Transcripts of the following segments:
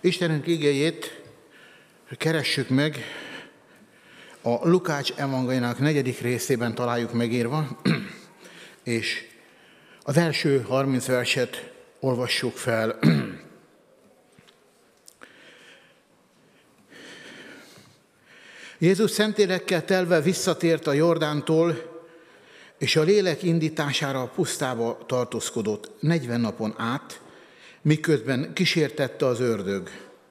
Istenünk igéjét keressük meg, a Lukács evangéliumának 4. részében találjuk megírva, és az első 30 verset olvassuk fel. Jézus Szentlélekkel telve visszatért a Jordántól, és a lélek indítására a pusztába tartózkodott 40 napon át, miközben kísértette az ördög.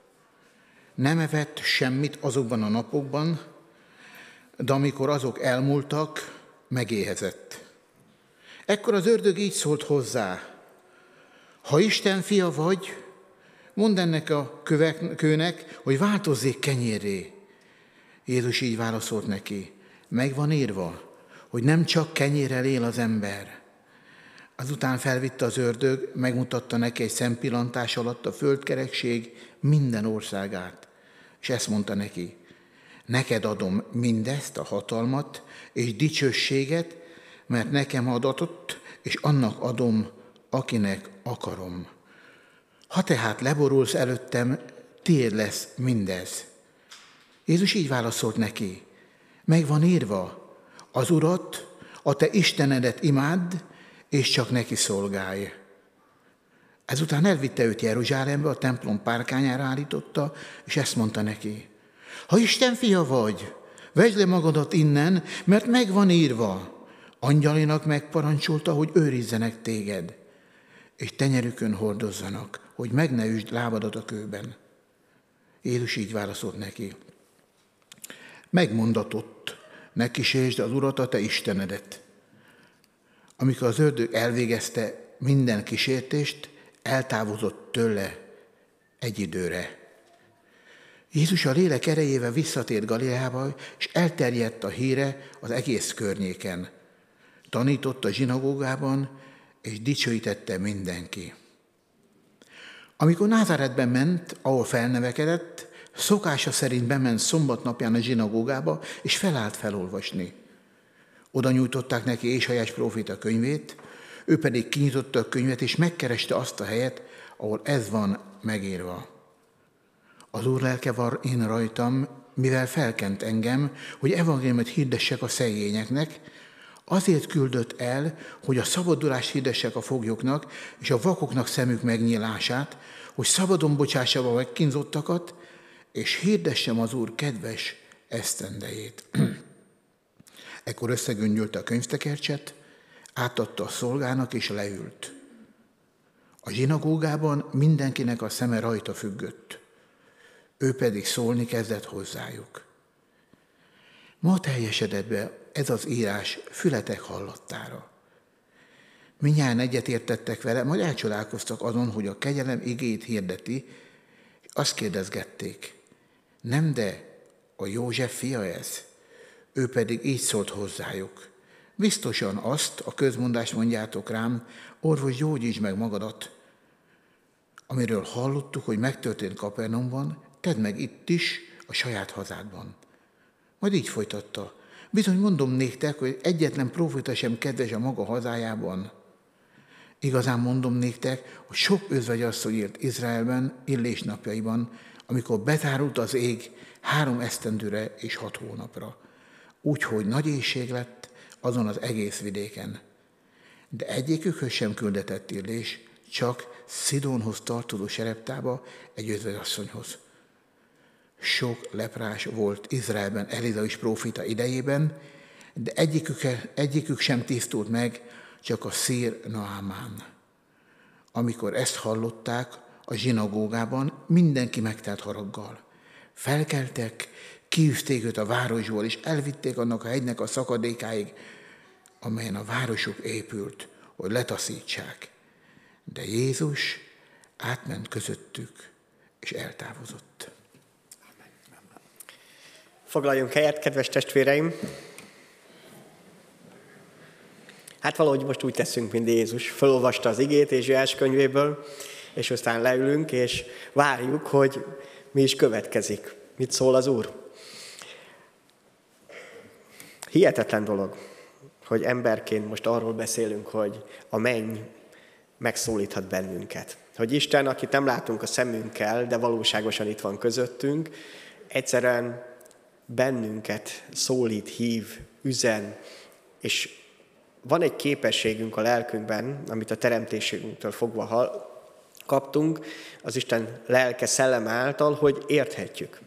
Nem evett semmit azokban a napokban, de amikor azok elmúltak, megéhezett. Ekkor az ördög így szólt hozzá: ha Isten fia vagy, mondd ennek a kőnek, hogy változzék kenyérré. Jézus így válaszolt neki: meg van írva, hogy nem csak kenyérrel él az ember. Azután felvitte az ördög, megmutatta neki egy szempillantás alatt a földkerekség minden országát. És ezt mondta neki: neked adom mindezt, a hatalmat és dicsőséget, mert nekem adatott, és annak adom, akinek akarom. Ha tehát leborulsz előttem, tiéd lesz mindez. Jézus így válaszolt neki: meg van írva, az Urat, a te Istenedet imádd, és csak neki szolgálj. Ezután elvitte őt Jeruzsálembe, a templom párkányára állította, és ezt mondta neki: ha Isten fia vagy, vegyd le magadat innen, mert meg van írva, angyalinak megparancsolta, hogy őrizzenek téged, és tenyerükön hordozzanak, hogy meg ne üsd lábadat a kőben. Jézus így válaszolt neki: megmondatott, ne kísértsd az Urat, a te Istenedet. Amikor az ördög elvégezte minden kísértést, eltávozott tőle egy időre. Jézus a lélek erejével visszatért Galileába, és elterjedt a híre az egész környéken. Tanított a zsinagógában, és dicsőítette mindenki. Amikor Názáretben ment, ahol felnevekedett, szokása szerint bement szombatnapján a zsinagógába, és felállt felolvasni. Oda nyújtották neki Ézsaiás próféta könyvét, ő pedig kinyitotta a könyvet, és megkereste azt a helyet, ahol ez van megírva: az Úr lelke van én rajtam, mivel felkent engem, hogy evangéliumot hirdessek a szegényeknek, azért küldött el, hogy a szabadulást hirdessek a foglyoknak, és a vakoknak szemük megnyílását, hogy szabadon bocsássa a megkínzottakat, és hirdessem az Úr kedves esztendejét. Ekkor összegöngyölte a könyvtekercset, átadta a szolgának, és leült. A zsinagógában mindenkinek a szeme rajta függött. Ő pedig szólni kezdett hozzájuk: ma teljesedett be ez az írás fületek hallattára. Mindnyájan egyetértettek vele, majd elcsodálkoztak azon, hogy a kegyelem igéjét hirdeti, és azt kérdezgették: nem de a József fia ez? Ő pedig így szólt hozzájuk: biztosan azt a közmondást mondjátok rám, orvos, gyógyítsd meg magadat. Amiről hallottuk, hogy megtörtént Kapernaumban, tedd meg itt is, a saját hazádban. Majd így folytatta: bizony mondom néktek, hogy egyetlen próféta sem kedves a maga hazájában. Igazán mondom néktek, hogy sok özvegyasszony élt Izraelben Illés napjaiban, amikor betárult az ég 3 esztendőre és 6 hónapra. Úgyhogy nagy éhség lett azon az egész vidéken. De egyikükhöz sem küldetett Illés, csak Szidónhoz tartozó Sereptába egy özvegyasszonyhoz. Sok leprás volt Izraelben Eliza próféta idejében, de egyikük sem tisztult meg, csak a szír Naamán. Amikor ezt hallották a zsinagógában, mindenki megtelt haraggal. Felkeltek, kiűzték őt a városból, és elvitték annak a hegynek a szakadékáig, amelyen a városuk épült, hogy letaszítsák. De Jézus átment közöttük, és eltávozott. Foglaljunk helyet, kedves testvéreim! Hát valahogy most úgy teszünk, mint Jézus. Felolvasta az igét Ézsaiás könyvéből, és aztán leülünk, és várjuk, hogy mi is következik. Mit szól az Úr? Hihetetlen dolog, hogy emberként most arról beszélünk, hogy a menny megszólíthat bennünket. Hogy Isten, akit nem látunk a szemünkkel, de valóságosan itt van közöttünk, egyszerűen bennünket szólít, hív, üzen, és van egy képességünk a lelkünkben, amit a teremtésünktől fogva kaptunk, az Isten lelke szelleme által, hogy érthetjük.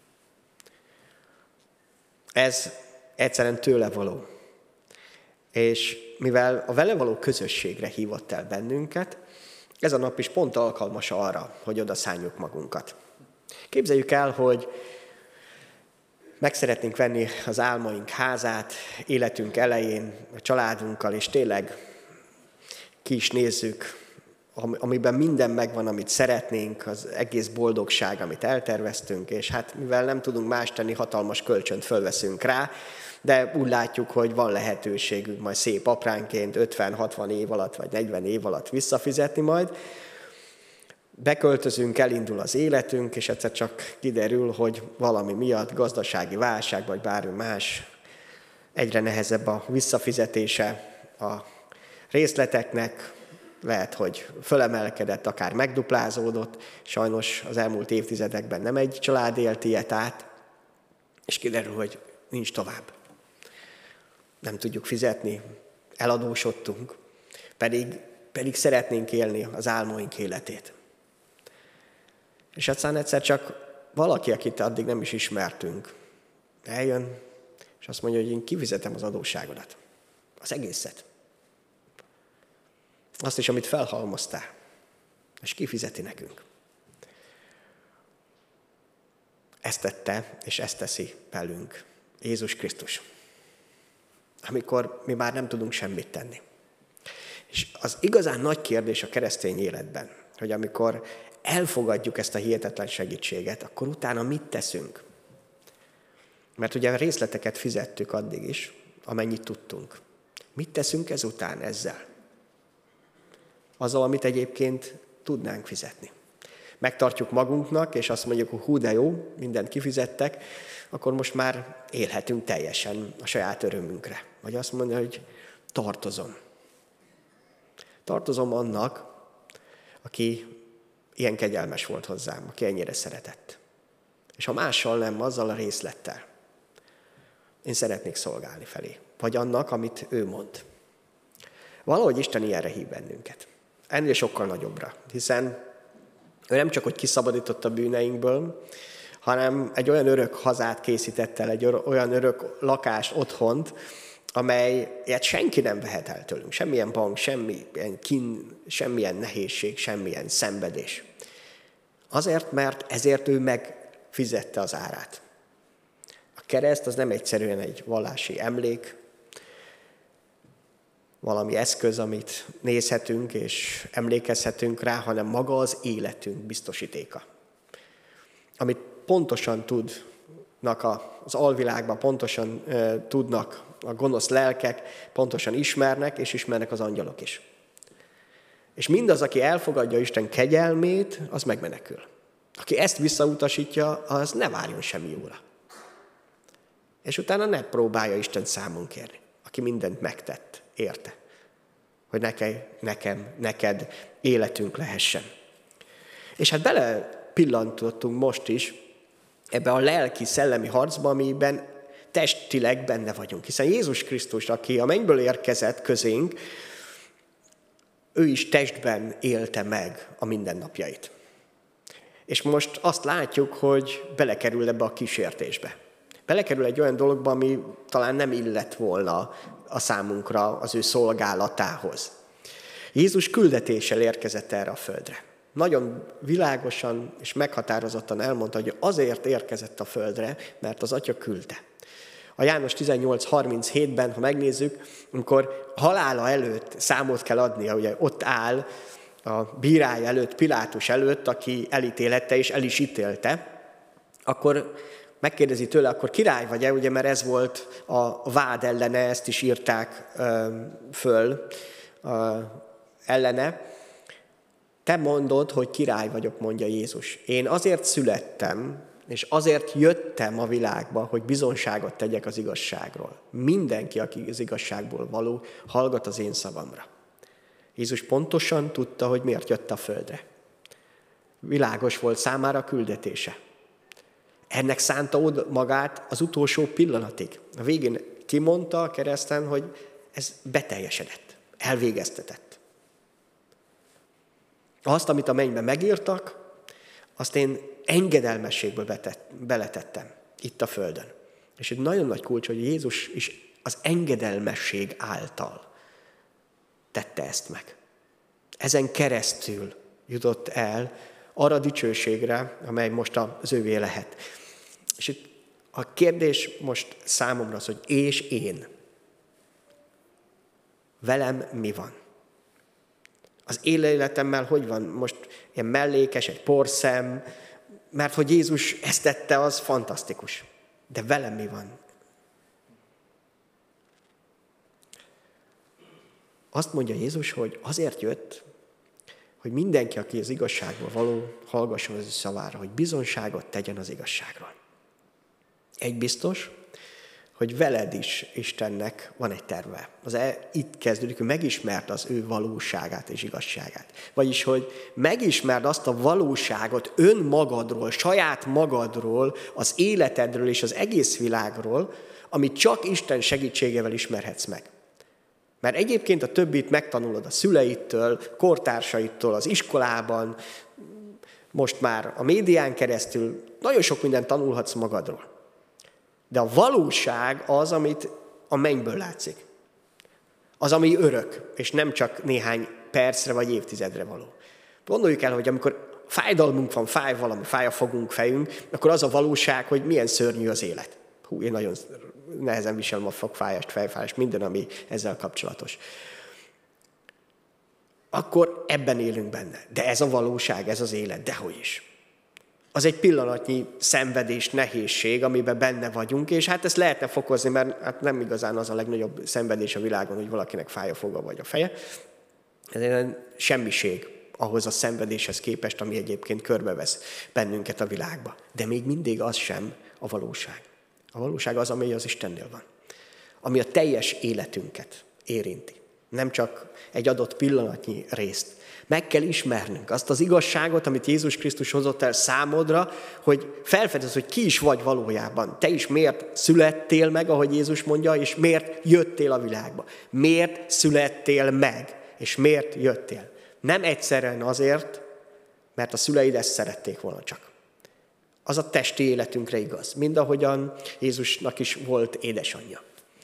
Ez egyszerűen tőle való. És mivel a vele való közösségre hívott el bennünket, ez a nap is pont alkalmas arra, hogy oda szánjuk magunkat. Képzeljük el, hogy meg szeretnénk venni az álmaink házát, életünk elején, a családunkkal, és tényleg ki is nézzük, amiben minden megvan, amit szeretnénk, az egész boldogság, amit elterveztünk, és hát mivel nem tudunk más tenni, hatalmas kölcsönt fölveszünk rá, de úgy látjuk, hogy van lehetőségünk majd szép apránként 50-60 év alatt, vagy 40 év alatt visszafizetni majd. Beköltözünk, elindul az életünk, és egyszer csak kiderül, hogy valami miatt, gazdasági válság, vagy bármi más, egyre nehezebb a visszafizetése a részleteknek, lehet, hogy fölemelkedett, akár megduplázódott, sajnos az elmúlt évtizedekben nem egy család élt ilyet át, és kiderül, hogy nincs tovább. Nem tudjuk fizetni, eladósodtunk, pedig szeretnénk élni az álmaink életét. És aztán egyszer csak valaki, akit addig nem is ismertünk, eljön, és azt mondja, hogy én kifizetem az adósságodat. Az egészet. Azt is, amit felhalmoztál. És kifizeti nekünk. Ezt tette, és ezt teszi velünk Jézus Krisztus. Amikor mi már nem tudunk semmit tenni. És az igazán nagy kérdés a keresztény életben, hogy amikor elfogadjuk ezt a hihetetlen segítséget, akkor utána mit teszünk? Mert ugye a részleteket fizettük addig is, amennyit tudtunk. Mit teszünk ezután ezzel? Azzal, amit egyébként tudnánk fizetni. Megtartjuk magunknak, és azt mondjuk, hogy hú, de jó, mindent kifizettek, akkor most már élhetünk teljesen a saját örömünkre. Vagy azt mondja, hogy tartozom. Tartozom annak, aki ilyen kegyelmes volt hozzám, aki ennyire szeretett. És ha mással nem, azzal a részlettel. Én szeretnék szolgálni felé. Vagy annak, amit ő mond. Valahogy Isten ilyenre hív bennünket. Ennél sokkal nagyobbra. Hiszen ő nem csak, hogy kiszabadított a bűneinkből, hanem egy olyan örök hazát készített el, egy olyan örök lakást, otthont, amelyet senki nem vehet el tőlünk. Semmilyen bank, semmilyen kín, semmilyen nehézség, semmilyen szenvedés. Azért, mert ezért ő megfizette az árát. A kereszt az nem egyszerűen egy vallási emlék, valami eszköz, amit nézhetünk és emlékezhetünk rá, hanem maga az életünk biztosítéka. Amit pontosan tudnak az alvilágban, pontosan tudnak a gonosz lelkek, pontosan ismernek, és ismernek az angyalok is. És mindaz, aki elfogadja Isten kegyelmét, az megmenekül. Aki ezt visszautasítja, az ne várjon semmi jóra. És utána ne próbálja Isten számon kérni, aki mindent megtett, érte, hogy neked életünk lehessen. És hát bele pillantottunk most is ebbe a lelki-szellemi harcba, amiben testileg benne vagyunk. Hiszen Jézus Krisztus, aki a mennyből érkezett közénk, ő is testben élte meg a mindennapjait. És most azt látjuk, hogy belekerül ebbe a kísértésbe. Belekerül egy olyan dologba, ami talán nem illett volna a számunkra az ő szolgálatához. Jézus küldetéssel érkezett erre a földre. Nagyon világosan és meghatározottan elmondta, hogy azért érkezett a földre, mert az Atya küldte. A János 18:37-ben, ha megnézzük, amikor halála előtt számot kell adnia, ugye ott áll a bírája előtt, Pilátus előtt, aki elítélette és el is ítélte, akkor megkérdezi tőle, akkor király vagy-e, ugye, mert ez volt a vád ellene, ezt is írták föl ellene. Te mondod, hogy király vagyok, mondja Jézus. Én azért születtem, és azért jöttem a világba, hogy bizonságot tegyek az igazságról. Mindenki, aki az igazságból való, hallgat az én szavamra. Jézus pontosan tudta, hogy miért jött a földre. világos volt számára a küldetése. Ennek szánta oda magát az utolsó pillanatig. A végén kimondta a kereszten, hogy ez beteljesedett, elvégeztetett. Azt, amit a mennyben megírtak, azt én engedelmességből beletettem itt a földön. És egy nagyon nagy kulcs, hogy Jézus is az engedelmesség által tette ezt meg. Ezen keresztül jutott el arra a dicsőségre, amely most az ővé lehet. És itt a kérdés most számomra az, hogy és én. Velem mi van? Az életemmel hogy van? Most ilyen mellékes, egy porszem, mert hogy Jézus ezt tette, az fantasztikus. De velem mi van? Azt mondja Jézus, hogy azért jött, hogy mindenki, aki az igazságból való, hallgasson az ő szavára, hogy bizonságot tegyen az igazságról. Egy biztos, hogy veled is Istennek van egy terve. Itt kezdődik, hogy megismerd az ő valóságát és igazságát. Vagyis, hogy megismerd azt a valóságot önmagadról, saját magadról, az életedről és az egész világról, amit csak Isten segítségével ismerhetsz meg. Mert egyébként a többit megtanulod a szüleitől, kortársaitól, az iskolában, most már a médián keresztül, nagyon sok mindent tanulhatsz magadról. De a valóság az, amit a mennyből látszik. Az, ami örök, és nem csak néhány percre vagy évtizedre való. Gondoljuk el, hogy amikor fájdalmunk van, fáj a fogunk, fejünk, akkor az a valóság, hogy milyen szörnyű az élet. Én nagyon nehezen viselem a fogfájást, fejfájást, minden, ami ezzel kapcsolatos. Akkor ebben élünk benne. De ez a valóság, ez az élet, dehogy is. Az egy pillanatnyi szenvedés, nehézség, amiben benne vagyunk, és hát ezt lehetne fokozni, mert hát nem igazán az a legnagyobb szenvedés a világon, hogy valakinek fáj a foga vagy a feje. Ez egy semmiség ahhoz a szenvedéshez képest, ami egyébként körbevesz bennünket a világba. De még mindig az sem a valóság. A valóság az, ami az Istennél van. Ami a teljes életünket érinti. Nem csak egy adott pillanatnyi részt. Meg kell ismernünk azt az igazságot, amit Jézus Krisztus hozott el számodra, hogy felfedez, hogy ki is vagy valójában. Te is miért születtél meg, ahogy Jézus mondja, és miért jöttél a világba. Miért születtél meg, és miért jöttél. Nem egyszerűen azért, mert a szüleid ezt szerették volna csak. Az a testi életünkre igaz. Mind ahogyan Jézusnak is volt édesanyja.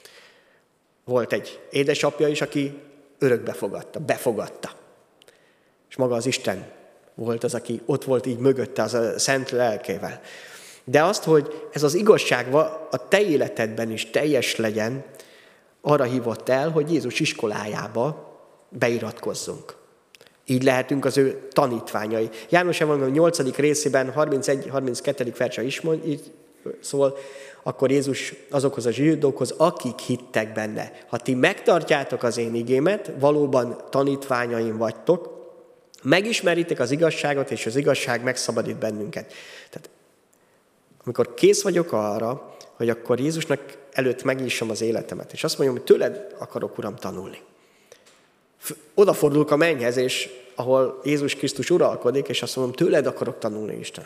Volt egy édesapja is, aki örökbe fogadta, befogadta. És maga az Isten volt az, aki ott volt így mögötte, az a szent lelkével. De azt, hogy ez az igazság a te életedben is teljes legyen, arra hívott el, hogy Jézus iskolájába beiratkozzunk. Így lehetünk az ő tanítványai. János Evangélium 8. részében 31-32. verse is így szól, akkor Jézus azokhoz a zsidókhoz, akik hittek benne. Ha ti megtartjátok az én igémet, valóban tanítványaim vagytok, megismeritek az igazságot, és az igazság megszabadít bennünket. Tehát, amikor kész vagyok arra, hogy akkor Jézusnak előtt megnyissam az életemet, és azt mondjam, hogy tőled akarok, Uram, tanulni. Odafordulok a mennyhez, és ahol Jézus Krisztus uralkodik, és azt mondom, tőled akarok tanulni, Istenem.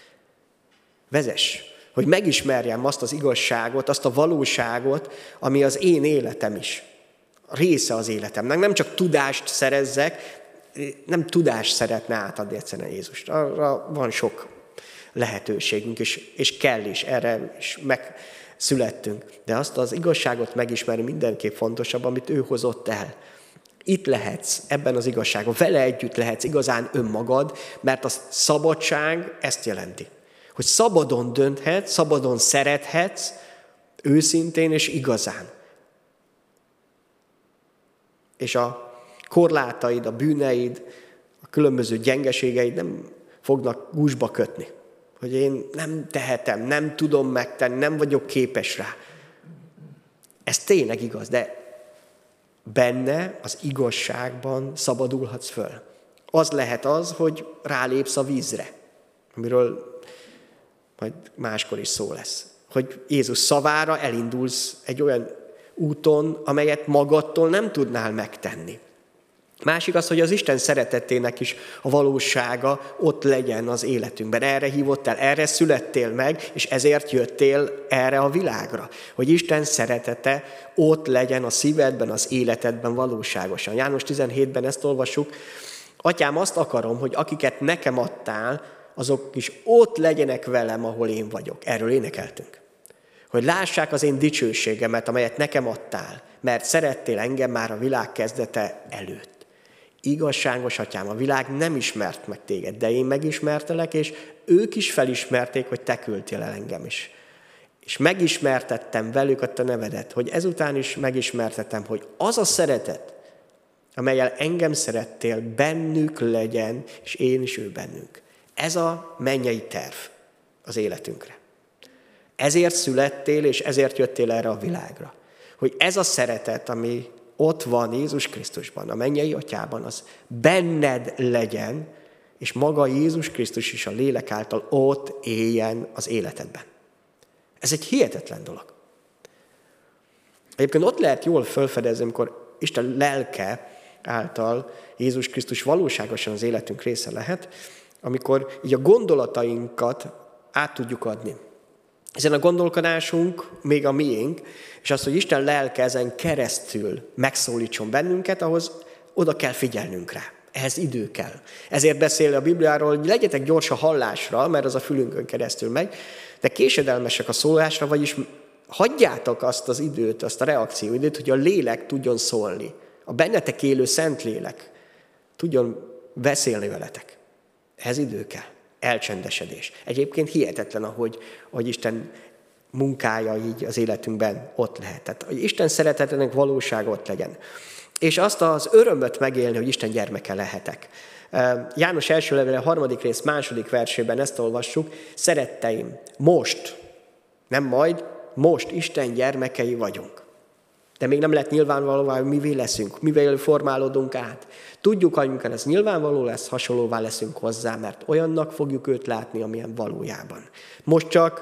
Vezess, hogy megismerjem azt az igazságot, azt a valóságot, ami az én életem is. Része az életemnek. Nem csak tudást szerezzek, nem tudást szeretne átadni egyszerűen Jézust. Arra van sok lehetőségünk, és kell is, erre is megszülettünk. De azt az igazságot megismerni mindenképp fontosabb, amit ő hozott el. Itt lehetsz, ebben az igazságban, vele együtt lehetsz igazán önmagad, mert a szabadság ezt jelenti. Hogy szabadon dönthetsz, szabadon szerethetsz, őszintén és igazán. És a korlátaid, a bűneid, a különböző gyengeségeid nem fognak gúzsba kötni. Hogy én nem tehetem, nem tudom megtenni, nem vagyok képes rá. Ez tényleg igaz, de benne, az igazságban szabadulhatsz föl. Az lehet az, hogy rálépsz a vízre, amiről majd máskor is szó lesz. Hogy Jézus szavára elindulsz egy olyan úton, amelyet magadtól nem tudnál megtenni. Másik az, hogy az Isten szeretetének is a valósága ott legyen az életünkben. Erre hívott el, erre születtél meg, és ezért jöttél erre a világra. Hogy Isten szeretete ott legyen a szívedben, az életedben valóságosan. János 17-ben ezt olvassuk. Atyám, azt akarom, hogy akiket nekem adtál, azok is ott legyenek velem, ahol én vagyok. Erről énekeltünk. Hogy lássák az én dicsőségemet, amelyet nekem adtál, mert szerettél engem már a világ kezdete előtt. Igazságos atyám, a világ nem ismert meg téged, de én megismertelek, és ők is felismerték, hogy te küldtél el engem is. És megismertettem velük a te nevedet, hogy ezután is megismertettem, hogy az a szeretet, amellyel engem szerettél, bennük legyen, és én is ő bennünk. Ez a mennyei terv az életünkre. Ezért születtél, és ezért jöttél erre a világra. Hogy ez a szeretet, ami ott van Jézus Krisztusban, a mennyei atyában, az benned legyen, és maga Jézus Krisztus is a lélek által ott éljen az életedben. Ez egy hihetetlen dolog. Egyébként ott lehet jól felfedezni, amikor Isten lelke által Jézus Krisztus valóságosan az életünk része lehet, amikor így a gondolatainkat át tudjuk adni. Ezen a gondolkodásunk még a miénk, és az, hogy Isten lelke ezen keresztül megszólítson bennünket, ahhoz oda kell figyelnünk rá. Ehhez idő kell. Ezért beszél a Bibliáról, hogy legyetek gyors a hallásra, mert az a fülünkön keresztül megy, de késedelmesek a szólásra, vagyis hagyjátok azt az időt, azt a reakcióidőt, hogy a lélek tudjon szólni. A bennetek élő Szentlélek tudjon beszélni veletek. Ehhez idő kell. Elcsendesedés. Egyébként hihetetlen, ahogy Isten munkája így az életünkben ott lehet. Tehát, hogy Isten szeretetének valósága ott legyen. És azt az örömöt megélni, hogy Isten gyermeke lehetek. János első levele 3. rész 2. versében ezt olvassuk. Szeretteim, most, nem majd, most Isten gyermekei vagyunk. De még nem lett nyilvánvalóvá, hogy mivé leszünk, mivel formálódunk át. Tudjuk, amikor ez nyilvánvaló lesz, hasonlóvá leszünk hozzá, mert olyannak fogjuk őt látni, amilyen valójában. Most csak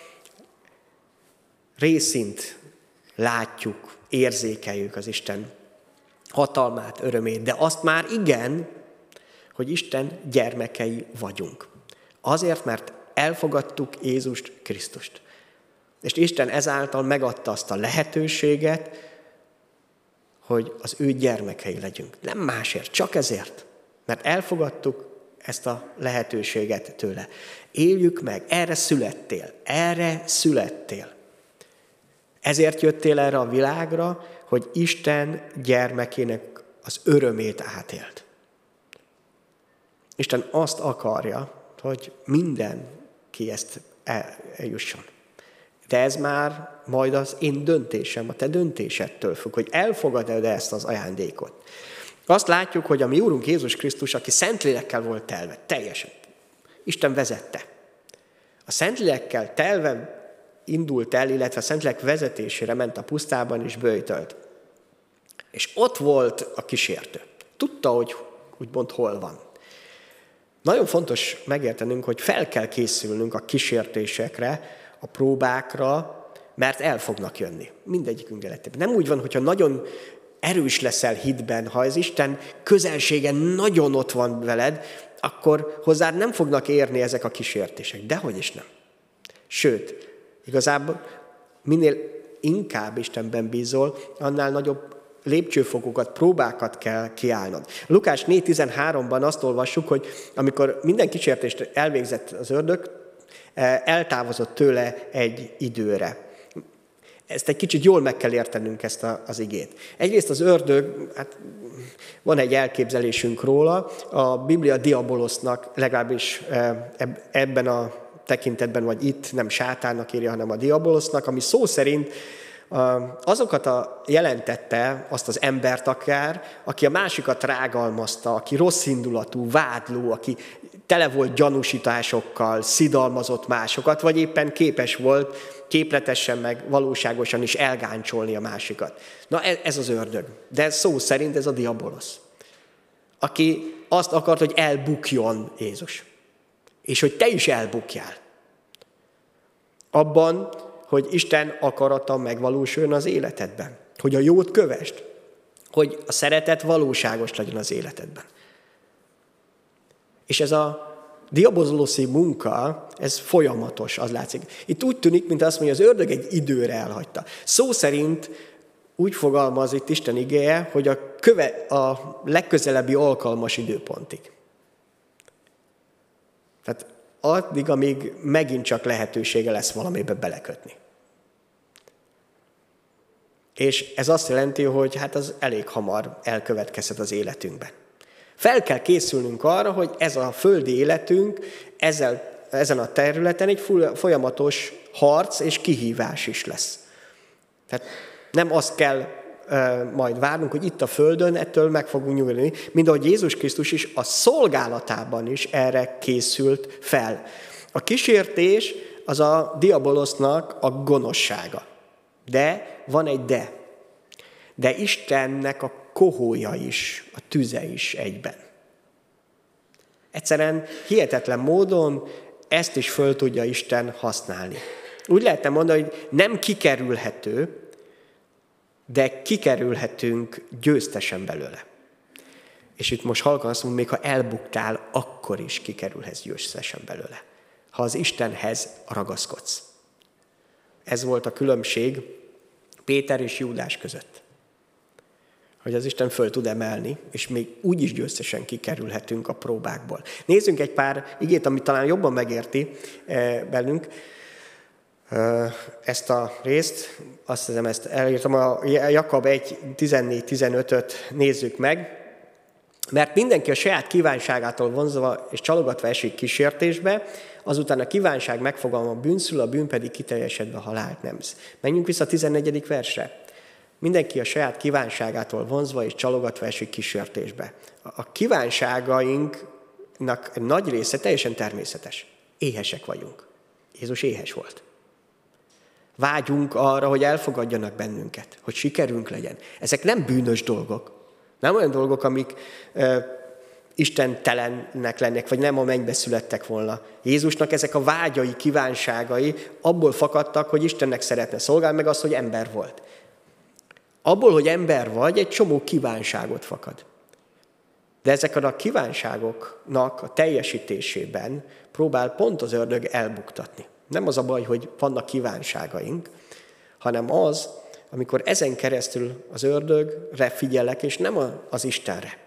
részint látjuk, érzékeljük az Isten hatalmát, örömét, de azt már igen, hogy Isten gyermekei vagyunk. Azért, mert elfogadtuk Jézust Krisztust. És Isten ezáltal megadta azt a lehetőséget, hogy az ő gyermekei legyünk. Nem másért, csak ezért. Mert elfogadtuk ezt a lehetőséget tőle. Éljük meg, erre születtél, erre születtél. Ezért jöttél erre a világra, hogy Isten gyermekének az örömét átélt. Isten azt akarja, hogy mindenki ezt eljusson. De ez már majd az én döntésem, a te döntésedtől függ, hogy elfogadod ezt az ajándékot. Azt látjuk, hogy a mi Úrunk Jézus Krisztus, aki Szentlélekkel volt telve, teljesen. Isten vezette. A Szentlélekkel telve indult el, illetve a Szentlélek vezetésére ment a pusztában és böjtölt. És ott volt a kísértő. Tudta, hogy úgymond hol van. Nagyon fontos megértenünk, hogy fel kell készülnünk a kísértésekre, a próbákra, mert el fognak jönni. Mindegyikünk életében. Nem úgy van, hogyha nagyon erős leszel hitben, ha az Isten közelsége nagyon ott van veled, akkor hozzád nem fognak érni ezek a kísértések. Dehogy is nem. Sőt, igazából minél inkább Istenben bízol, annál nagyobb lépcsőfokokat, próbákat kell kiállnod. Lukás 4.13-ban azt olvassuk, hogy amikor minden kísértést elvégzett az ördög, eltávozott tőle egy időre. Ezt egy kicsit jól meg kell értenünk, ezt az igét. Egyrészt az ördög, hát van egy elképzelésünk róla, a Biblia diabolosznak, legalábbis ebben a tekintetben, vagy itt nem sátánnak írja, hanem a diabolosznak, ami szó szerint azokat jelentette, azt az embert akár, aki a másikat rágalmazta, aki rosszindulatú, vádló, aki tele volt gyanúsításokkal, szidalmazott másokat, vagy éppen képes volt képletesen meg valóságosan is elgáncsolni a másikat. Na ez az ördög. De szó szerint ez a diabolosz, aki azt akart, hogy elbukjon Jézus. És hogy te is elbukjál. Abban, hogy Isten akarata megvalósuljon az életedben. Hogy a jót kövesd. hogy a szeretet valóságos legyen az életedben. És ez a diaboloszi munka, ez folyamatos, az látszik. Itt úgy tűnik, mint azt mondja, az ördög egy időre elhagyta. Szó szerint úgy fogalmaz itt Isten igéje, hogy a legközelebbi alkalmas időpontig. Tehát addig, amíg megint csak lehetősége lesz valamibe belekötni. És ez azt jelenti, hogy hát az elég hamar elkövetkezhet az életünkben. Fel kell készülnünk arra, hogy ez a földi életünk ezen a területen egy folyamatos harc és kihívás is lesz. Tehát nem azt kell majd várnunk, hogy itt a földön ettől meg fogunk nyugodni, mint ahogy Jézus Krisztus is a szolgálatában is erre készült fel. A kísértés az a diabolosznak a gonoszsága. De van egy de. De Istennek a kohója is, a tüze is egyben. Egyszerűen hihetetlen módon ezt is föl tudja Isten használni. Úgy lehetne mondani, hogy nem kikerülhető, de kikerülhetünk győztesen belőle. És itt most halkan azt mondom, még ha elbuktál, akkor is kikerülhetsz győztesen belőle. Ha az Istenhez ragaszkodsz. Ez volt a különbség Péter és Júdás között. Hogy az Isten föl tud emelni, és még úgy is győztesen kikerülhetünk a próbákból. Nézzünk egy pár igét, amit talán jobban megérti bennünk ezt a részt. Azt hiszem, ezt elírtam, a Jakab 1:14-15-öt nézzük meg. Mert mindenki a saját kívánságától vonzva és csalogatva esik kísértésbe, azután a kívánság megfogalma bűnszül, a bűn pedig kiteljesedve halált nemz. Menjünk vissza a 14. versre. Mindenki a saját kívánságától vonzva és csalogatva esik kísértésbe. A kívánságainknak nagy része teljesen természetes. Éhesek vagyunk. Jézus éhes volt. Vágyunk arra, hogy elfogadjanak bennünket, hogy sikerünk legyen. Ezek nem bűnös dolgok. Nem olyan dolgok, amik istentelennek lennek, vagy nem a mennybe születtek volna. Jézusnak ezek a vágyai, kívánságai abból fakadtak, hogy Istennek szeretne szolgálni, meg az, hogy ember volt. Abból, hogy ember vagy, egy csomó kívánságot fakad. De ezeken a kívánságoknak a teljesítésében próbál pont az ördög elbuktatni. Nem az a baj, hogy vannak kívánságaink, hanem az, amikor ezen keresztül az ördögre figyelek, és nem az Istenre.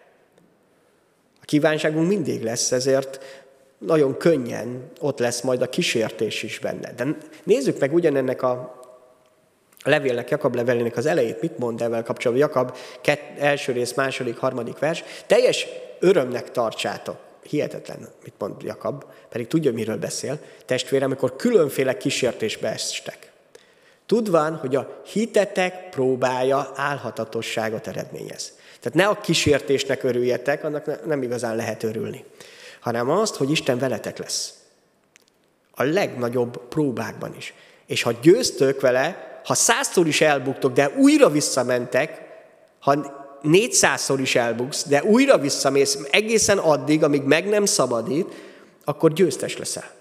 A kívánságunk mindig lesz, ezért nagyon könnyen ott lesz majd a kísértés is benne. De nézzük meg ugyanennek a levélnek, Jakab levelének az elejét, mit mond ezzel kapcsolatban. Jakab első rész, második, harmadik vers. Teljes örömnek tartsátok. Hihetetlen, mit mond Jakab, pedig tudja, miről beszél. Testvérem, amikor különféle kísértésbe estek. Tudván, hogy a hitetek próbája álhatatosságot eredményez. Tehát ne a kísértésnek örüljetek, annak nem igazán lehet örülni, hanem azt, hogy Isten veletek lesz. A legnagyobb próbákban is. És ha győztök vele, ha 100-szor is elbuktok, de újra visszamentek, ha 400-szor is elbuksz, de újra visszamész egészen addig, amíg meg nem szabadít, akkor győztes leszel.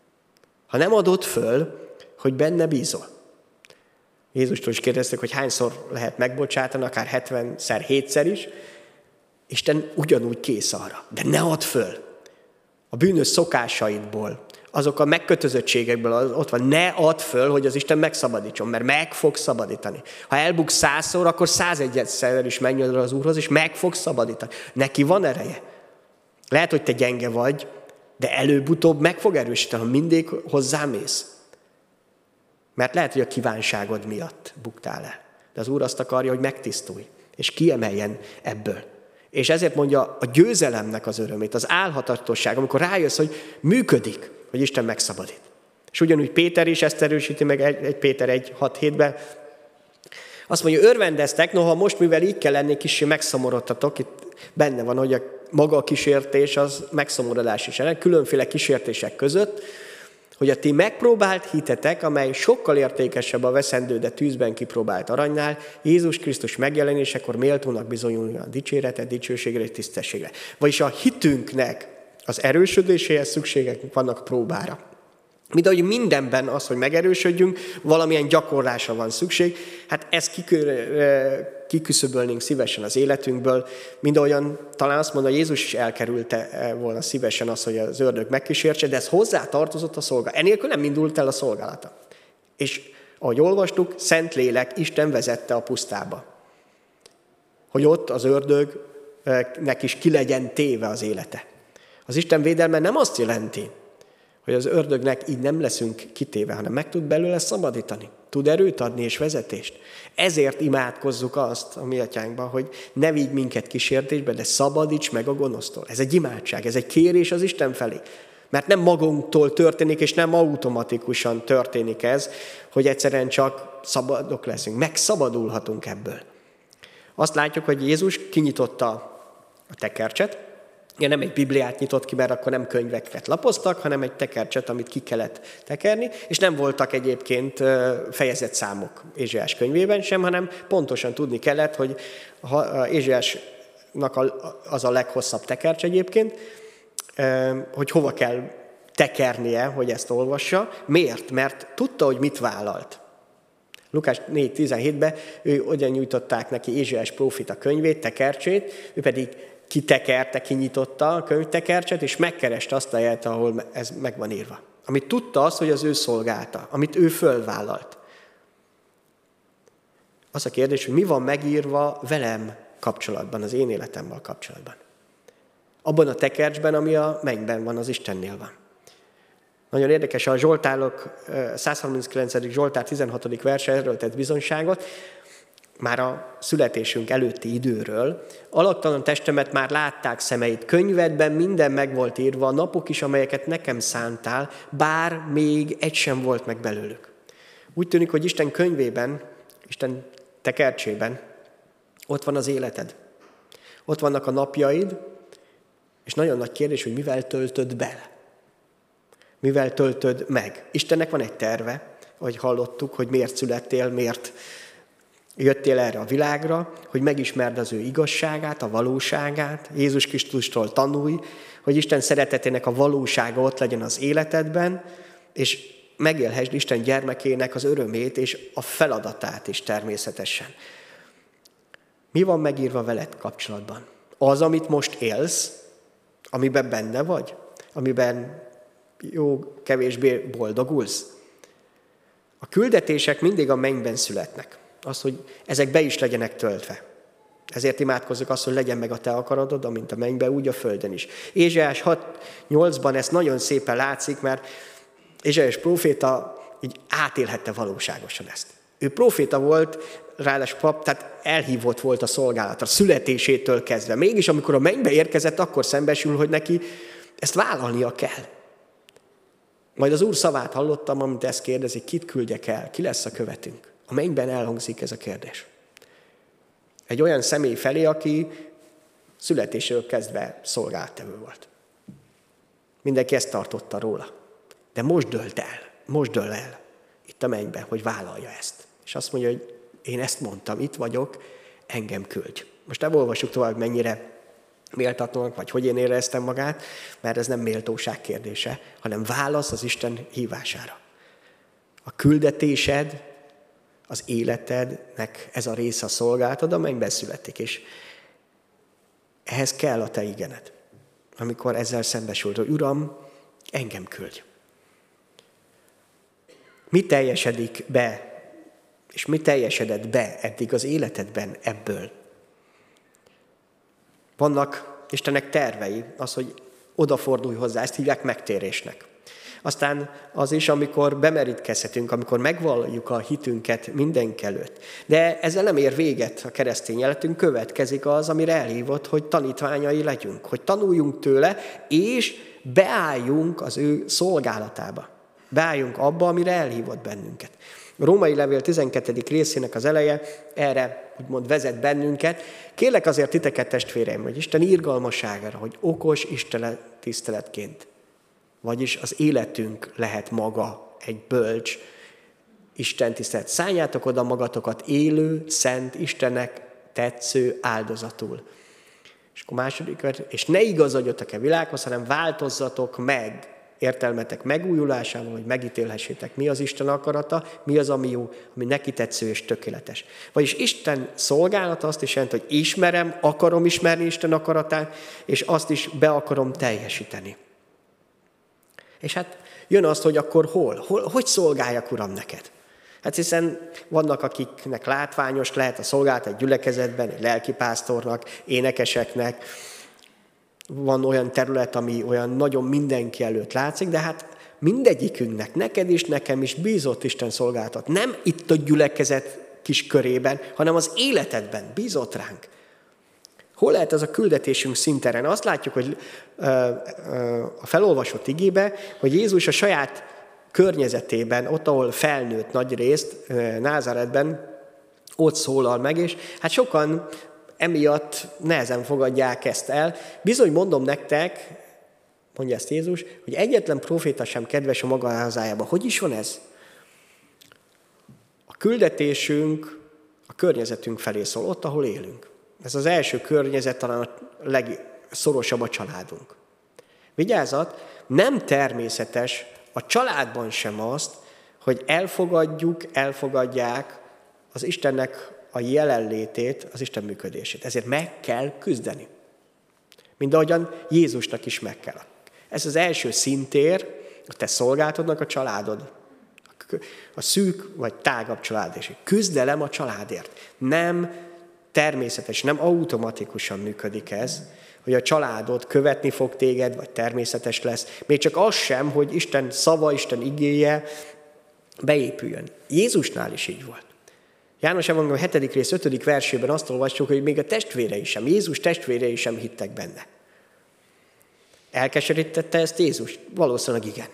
Ha nem adod föl, hogy benne bízol. Jézustól is kérdezték, hogy hányszor lehet megbocsátani, akár 70-szer, 7-szer is. Isten ugyanúgy kész arra. De ne add föl. A bűnös szokásaidból, azok a megkötözöttségekből ott van, ne add föl, hogy az Isten megszabadítson, mert meg fog szabadítani. Ha elbuksz 100-szor, akkor 101-szer is menj oda az Úrhoz, és meg fog szabadítani. Neki van ereje. Lehet, hogy te gyenge vagy, de előbb-utóbb meg fog erősíteni, ha mindig hozzámész. Mert lehet, hogy a kívánságod miatt buktál el. De az Úr azt akarja, hogy megtisztulj, és kiemeljen ebből. És ezért mondja a győzelemnek az örömét, az álhatatosság, amikor rájössz, hogy működik, hogy Isten megszabadít. És ugyanúgy Péter is ezt erősíti meg, 1 Péter 1:6-7-ben. Azt mondja, örvendeztek, noha most, mivel így kell lenni, kissé megszomorodtatok, itt benne van, hogy maga a kísértés az megszomorodás is jelent, különféle kísértések között, hogy a ti megpróbált hitetek, amely sokkal értékesebb a veszendő, de tűzben kipróbált aranynál, Jézus Krisztus megjelenésekor méltónak bizonyulni a dicséretre, dicsőségre és tisztességre. Vagyis a hitünknek az erősödéséhez szükségek vannak próbára. Mint ahogy mindenben az, hogy megerősödjünk, valamilyen gyakorlásra van szükség, hát ezt kiküszöbölnénk szívesen az életünkből, mind ahogyan talán azt mondja, Jézus is elkerülte volna szívesen azt, hogy az ördög megkísértse, de ez hozzá tartozott a szolgálat. Enélkül nem indult el a szolgálata. És ahogy olvastuk, Szentlélek Isten vezette a pusztába, hogy ott az ördögnek is ki legyen téve az élete. Az Isten védelme nem azt jelenti, hogy az ördögnek így nem leszünk kitéve, hanem meg tud belőle szabadítani. Tud erőt adni és vezetést. Ezért imádkozzuk azt a mi atyánkban, hogy ne vigy minket kísértésbe, de szabadíts meg a gonosztól. Ez egy imádság, ez egy kérés az Isten felé. Mert nem magunktól történik, és nem automatikusan történik ez, hogy egyszerűen csak szabadok leszünk. Megszabadulhatunk ebből. Azt látjuk, hogy Jézus kinyitotta a tekercset. Ja, nem egy Bibliát nyitott ki, mert akkor nem könyveket lapoztak, hanem egy tekercset, amit ki kellett tekerni, és nem voltak egyébként fejezetszámok Ézsaiás könyvében sem, hanem pontosan tudni kellett, hogy Ézsaiásnak az a leghosszabb tekercs egyébként, hogy hova kell tekernie, hogy ezt olvassa. Miért? Mert tudta, hogy mit vállalt. Lukás 4.17-ben ő ugyan nyújtották neki Ézsaiás prófita könyvét, tekercsét, ő pedig kitekerte, kinyitotta a könyvtekercset, és megkereste azt a helyet, ahol ez meg van írva. Amit tudta az, hogy az ő szolgálta, amit ő fölvállalt. Az a kérdés, hogy mi van megírva velem kapcsolatban, az én életemmel kapcsolatban. Abban a tekercsben, ami a mennyben van, az Istennél van. Nagyon érdekes, a Zsoltárok 139. Zsoltár 16. verse erről tett bizonyságot, már a születésünk előtti időről. Alaktalan testemet már látták szemeid, könyvedben minden meg volt írva, a napok is, amelyeket nekem szántál, bár még egy sem volt meg belőlük. Úgy tűnik, hogy Isten könyvében, Isten tekercsében ott van az életed. Ott vannak a napjaid, és nagyon nagy kérdés, hogy mivel töltöd bele. Mivel töltöd meg. Istennek van egy terve, ahogy hallottuk, hogy miért születtél, miért jöttél erre a világra, hogy megismerd az ő igazságát, a valóságát, Jézus Krisztustól tanulj, hogy Isten szeretetének a valósága ott legyen az életedben, és megélhessd Isten gyermekének az örömét és a feladatát is természetesen. Mi van megírva veled kapcsolatban? Az, amit most élsz, amiben benne vagy, amiben jó, kevésbé boldogulsz. A küldetések mindig a mennyben születnek. Az, hogy ezek be is legyenek töltve. Ezért imádkozzuk azt, hogy legyen meg a te akaratod, amint a mennyben, úgy a földön is. Ézsaiás 6.8-ban ez nagyon szépen látszik, mert Ézsaiás próféta így átélhette valóságosan ezt. Ő próféta volt, ráadásul pap, tehát elhívott volt a szolgálatra, születésétől kezdve. Mégis, amikor a mennybe érkezett, akkor szembesül, hogy neki ezt vállalnia kell. Majd az Úr szavát hallottam, amit ezt kérdezik, kit küldjek el, ki lesz a követünk. A mennyben elhangzik ez a kérdés. Egy olyan személy felé, aki születéséről kezdve szolgálttevő volt. Mindenki ezt tartotta róla. De most döl el itt a mennyben, hogy vállalja ezt. És azt mondja, hogy én ezt mondtam, itt vagyok, engem küldj. Most nem olvassuk tovább, mennyire méltatlanak, vagy hogy én éreztem magát, mert ez nem méltóság kérdése, hanem válasz az Isten hívására. A küldetésed, az életednek ez a része a szolgálatod, amelyben születik, és ehhez kell a te igened. Amikor ezzel szembesült, hogy Uram, engem küldj. Mi teljesedik be, és mi teljesedett be eddig az életedben ebből? Vannak Istennek tervei, az, hogy odafordulj hozzá, ezt hívják megtérésnek. Aztán az is, amikor bemerítkezhetünk, amikor megvalljuk a hitünket mindenki előtt. De ezzel nem ér véget a keresztény életünk, következik az, amire elhívott, hogy tanítványai legyünk, hogy tanuljunk tőle, és beálljunk az ő szolgálatába. Beálljunk abba, amire elhívott bennünket. A Római levél 12. részének az eleje erre úgymond vezet bennünket. Kérlek azért titeket, testvéreim, hogy Isten irgalmasságára, hogy okos Isten tiszteletként, vagyis az életünk lehet maga egy bölcs Isten tisztelet. Szálljátok oda magatokat élő, szent, Istennek tetsző áldozatul. És akkor második, és ne igazodjatok a világhoz, hanem változzatok meg. értelmetek megújulásával, hogy megítélhessétek, mi az Isten akarata, mi az, ami jó, ami neki tetsző és tökéletes. Vagyis Isten szolgálata azt is jelenti, hogy ismerem, akarom ismerni Isten akaratát, és azt is be akarom teljesíteni. És hát jön az, hogy akkor hogy szolgáljak, Uram, neked? Hát hiszen vannak, akiknek látványos lehet a szolgálat egy gyülekezetben, egy lelkipásztornak, énekeseknek. Van olyan terület, ami olyan nagyon mindenki előtt látszik, de hát mindegyikünknek, neked is, nekem is bízott Isten szolgálatot. Nem itt a gyülekezet kis körében, hanem az életedben bízott ránk. Hol lehet ez a küldetésünk szinteren? Azt látjuk, hogy a felolvasott igébe, hogy Jézus a saját környezetében, ott, ahol felnőtt nagy részt, Názáretben, ott szólal meg, és hát sokan emiatt nehezen fogadják ezt el. Bizony mondom nektek, mondja ezt Jézus, hogy egyetlen proféta sem kedves a maga hazájában. Hogy is van ez? A küldetésünk a környezetünk felé szól, ott, ahol élünk. Ez az első környezet, talán a legszorosabb a családunk. Vigyázat, nem természetes a családban sem azt, hogy elfogadják az Istennek a jelenlétét, az Isten működését. Ezért meg kell küzdeni. Mint ahogyan Jézusnak is meg kell. Ez az első szintér, a te szolgálatodnak a családod. A szűk vagy tágabb család is. Küzdelem a családért. Nem természetes, nem automatikusan működik ez, hogy a családod követni fog téged, vagy természetes lesz. Még csak az sem, hogy Isten szava, Isten igéje beépüljön. Jézusnál is így volt. János Evangélium 7. rész 5. versében azt olvassuk, hogy még a testvérei sem, Jézus testvérei sem hittek benne. Elkeserítette ezt Jézus? Valószínűleg igen.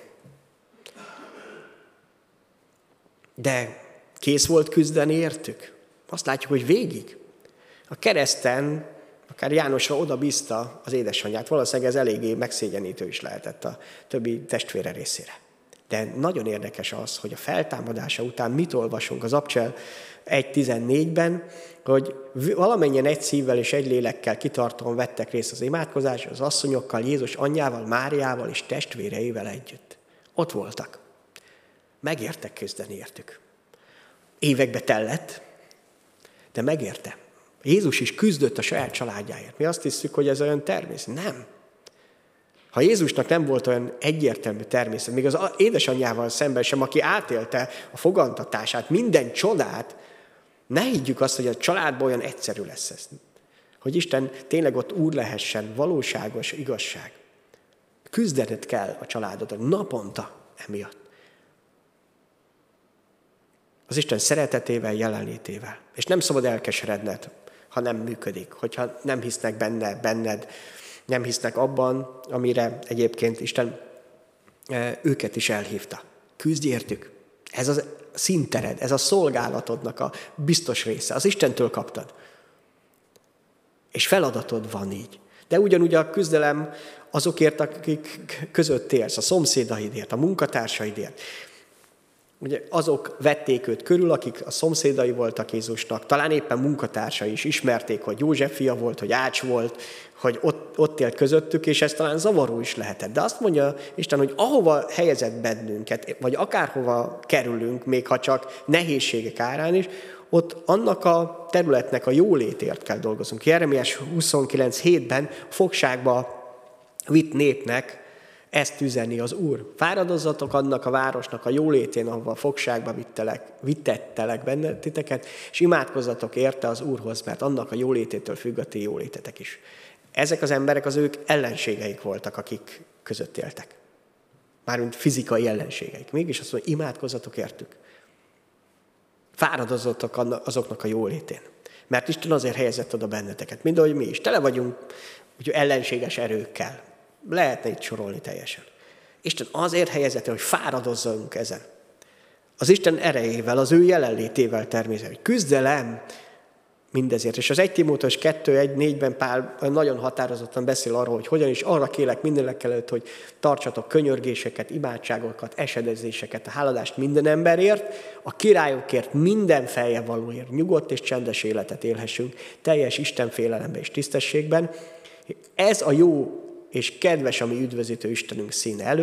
De kész volt küzdeni értük? Azt látjuk, hogy végig. A kereszten, akár Jánosra oda bízta az édesanyját, valószínűleg ez eléggé megszégyenítő is lehetett a többi testvére részére. De nagyon érdekes az, hogy a feltámadása után mit olvasunk az Abcsel 1.14-ben, hogy valamennyien egy szívvel és egy lélekkel kitartóan vettek részt az imádkozásra, az asszonyokkal, Jézus anyjával, Máriával és testvéreivel együtt. Ott voltak. Megértek küzdeni értük. Évekbe tellett, de megérte. Jézus is küzdött a saját családjáért. Mi azt hiszük, hogy ez olyan természet. Nem. Ha Jézusnak nem volt olyan egyértelmű természet, még az édesanyjával szemben sem, aki átélte a fogantatását, minden csodát, ne higgyük azt, hogy a családban olyan egyszerű lesz ez. Hogy Isten tényleg ott úr lehessen, valóságos igazság. Küzdened kell a családodon, naponta emiatt. Az Isten szeretetével, jelenlétével. És nem szabad elkeseredned, ha nem működik, hogyha nem hisznek benned, nem hisznek abban, amire egyébként Isten őket is elhívta. Küzdj értük. Ez a színtered, ez a szolgálatodnak a biztos része. Az Istentől kaptad. És feladatod van így. De ugyanúgy a küzdelem azokért, akik között élsz, a szomszédaidért, a munkatársaidért. Ugye azok vették őt körül, akik a szomszédai voltak Jézusnak, talán éppen munkatársai is ismerték, hogy József fia volt, hogy Ács volt, hogy ott élt közöttük, és ez talán zavaró is lehetett. De azt mondja Isten, hogy ahova helyezett bennünket, vagy akárhova kerülünk, még ha csak nehézségek árán is, ott annak a területnek a jólétért kell dolgozunk. Jeremiás 29.7-ben fogságba vitt népnek ezt üzeni az Úr. Fáradozzatok annak a városnak a jólétén, ahova a fogságba vitettelek bennetiteket, és imádkozzatok érte az Úrhoz, mert annak a jólététől függ a ti jólétetek is. Ezek az emberek az ők ellenségeik voltak, akik között éltek. Mármint fizikai ellenségeik. Mégis azt mondja, imádkozzatok értük. Fáradozzatok azoknak a jólétén. Mert Isten azért helyezett oda benneteket, mind ahogy mi is. Tele vagyunk ellenséges erőkkel. Lehetne itt sorolni teljesen. Isten azért helyezett, hogy fáradozzunk ezen. Az Isten erejével, az ő jelenlétével természetesen. Küzdelem mindezért. És az 1 Timóteus 2.1.4-ben Pál nagyon határozottan beszél arról, hogy hogyan is arra kérlek mindenek előtt, hogy tartsatok könyörgéseket, imádságokat, esedezéseket, a háladást minden emberért, a királyokért, minden feljebb valóért nyugodt és csendes életet élhessünk, teljes Istenfélelemben és tisztességben. Ez a jó és kedves a mi üdvözítő Istenünk színe előtt,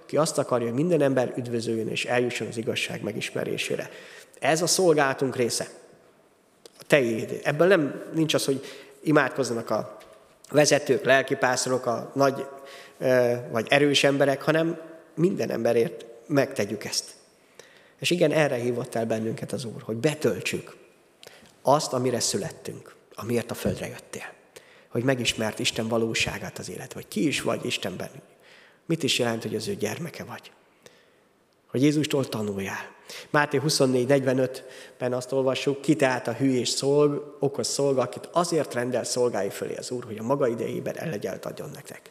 aki azt akarja, hogy minden ember üdvözöljön és eljusson az igazság megismerésére. Ez a szolgálatunk része. A teéd. Ebből nincs az, hogy imádkozzanak a vezetők, lelkipásztorok, a nagy vagy erős emberek, hanem minden emberért megtegyük ezt. És igen, erre hívott el bennünket az Úr, hogy betöltsük azt, amire születtünk, amiért a földre jöttél. Hogy megismert Isten valóságát az élet, vagy ki is vagy Istenben. Mit is jelent, hogy az ő gyermeke vagy? Hogy Jézustól tanuljál. Máté 24:45-ben azt olvassuk, ki tehát a hű és okos szolga, akit azért rendel szolgái fölé az Úr, hogy a maga idejében elegyelt adjon nektek.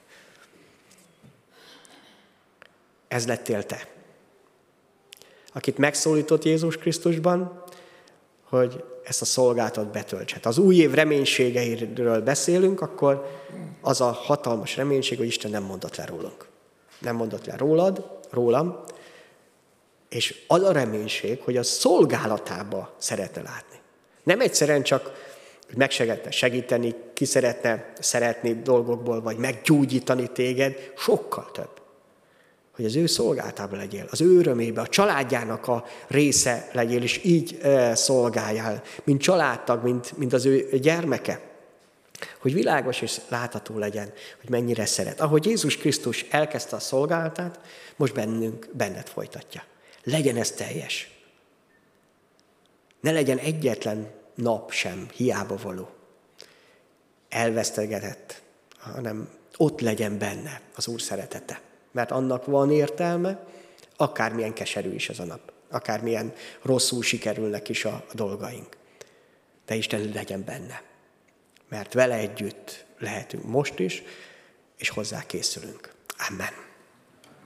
Ez lettél te. Akit megszólított Jézus Krisztusban, hogy ezt a szolgálatot betöltset. Az új év reménységeiről beszélünk, akkor az a hatalmas reménység, hogy Isten nem mondott le rólunk. Nem mondott le rólam, és az a reménység, hogy a szolgálatába szeretne látni. Nem egyszerűen csak meg szeretne segíteni, ki szeretne szeretni dolgokból, vagy meggyógyítani téged, sokkal több. Hogy az ő szolgálatában legyél, az ő örömébe, a családjának a része legyél, és így szolgáljál, mint családtag, mint az ő gyermeke. Hogy világos és látható legyen, hogy mennyire szeret. Ahogy Jézus Krisztus elkezdte a szolgálatát, most benned folytatja. Legyen ez teljes. Ne legyen egyetlen nap sem hiába való. Elvesztegetett, hanem ott legyen benne az Úr szeretete. Mert annak van értelme, akármilyen keserű is ez a nap. Akármilyen rosszul sikerülnek is a dolgaink. De Isten legyen benne. Mert vele együtt lehetünk most is, és hozzá készülünk. Amen.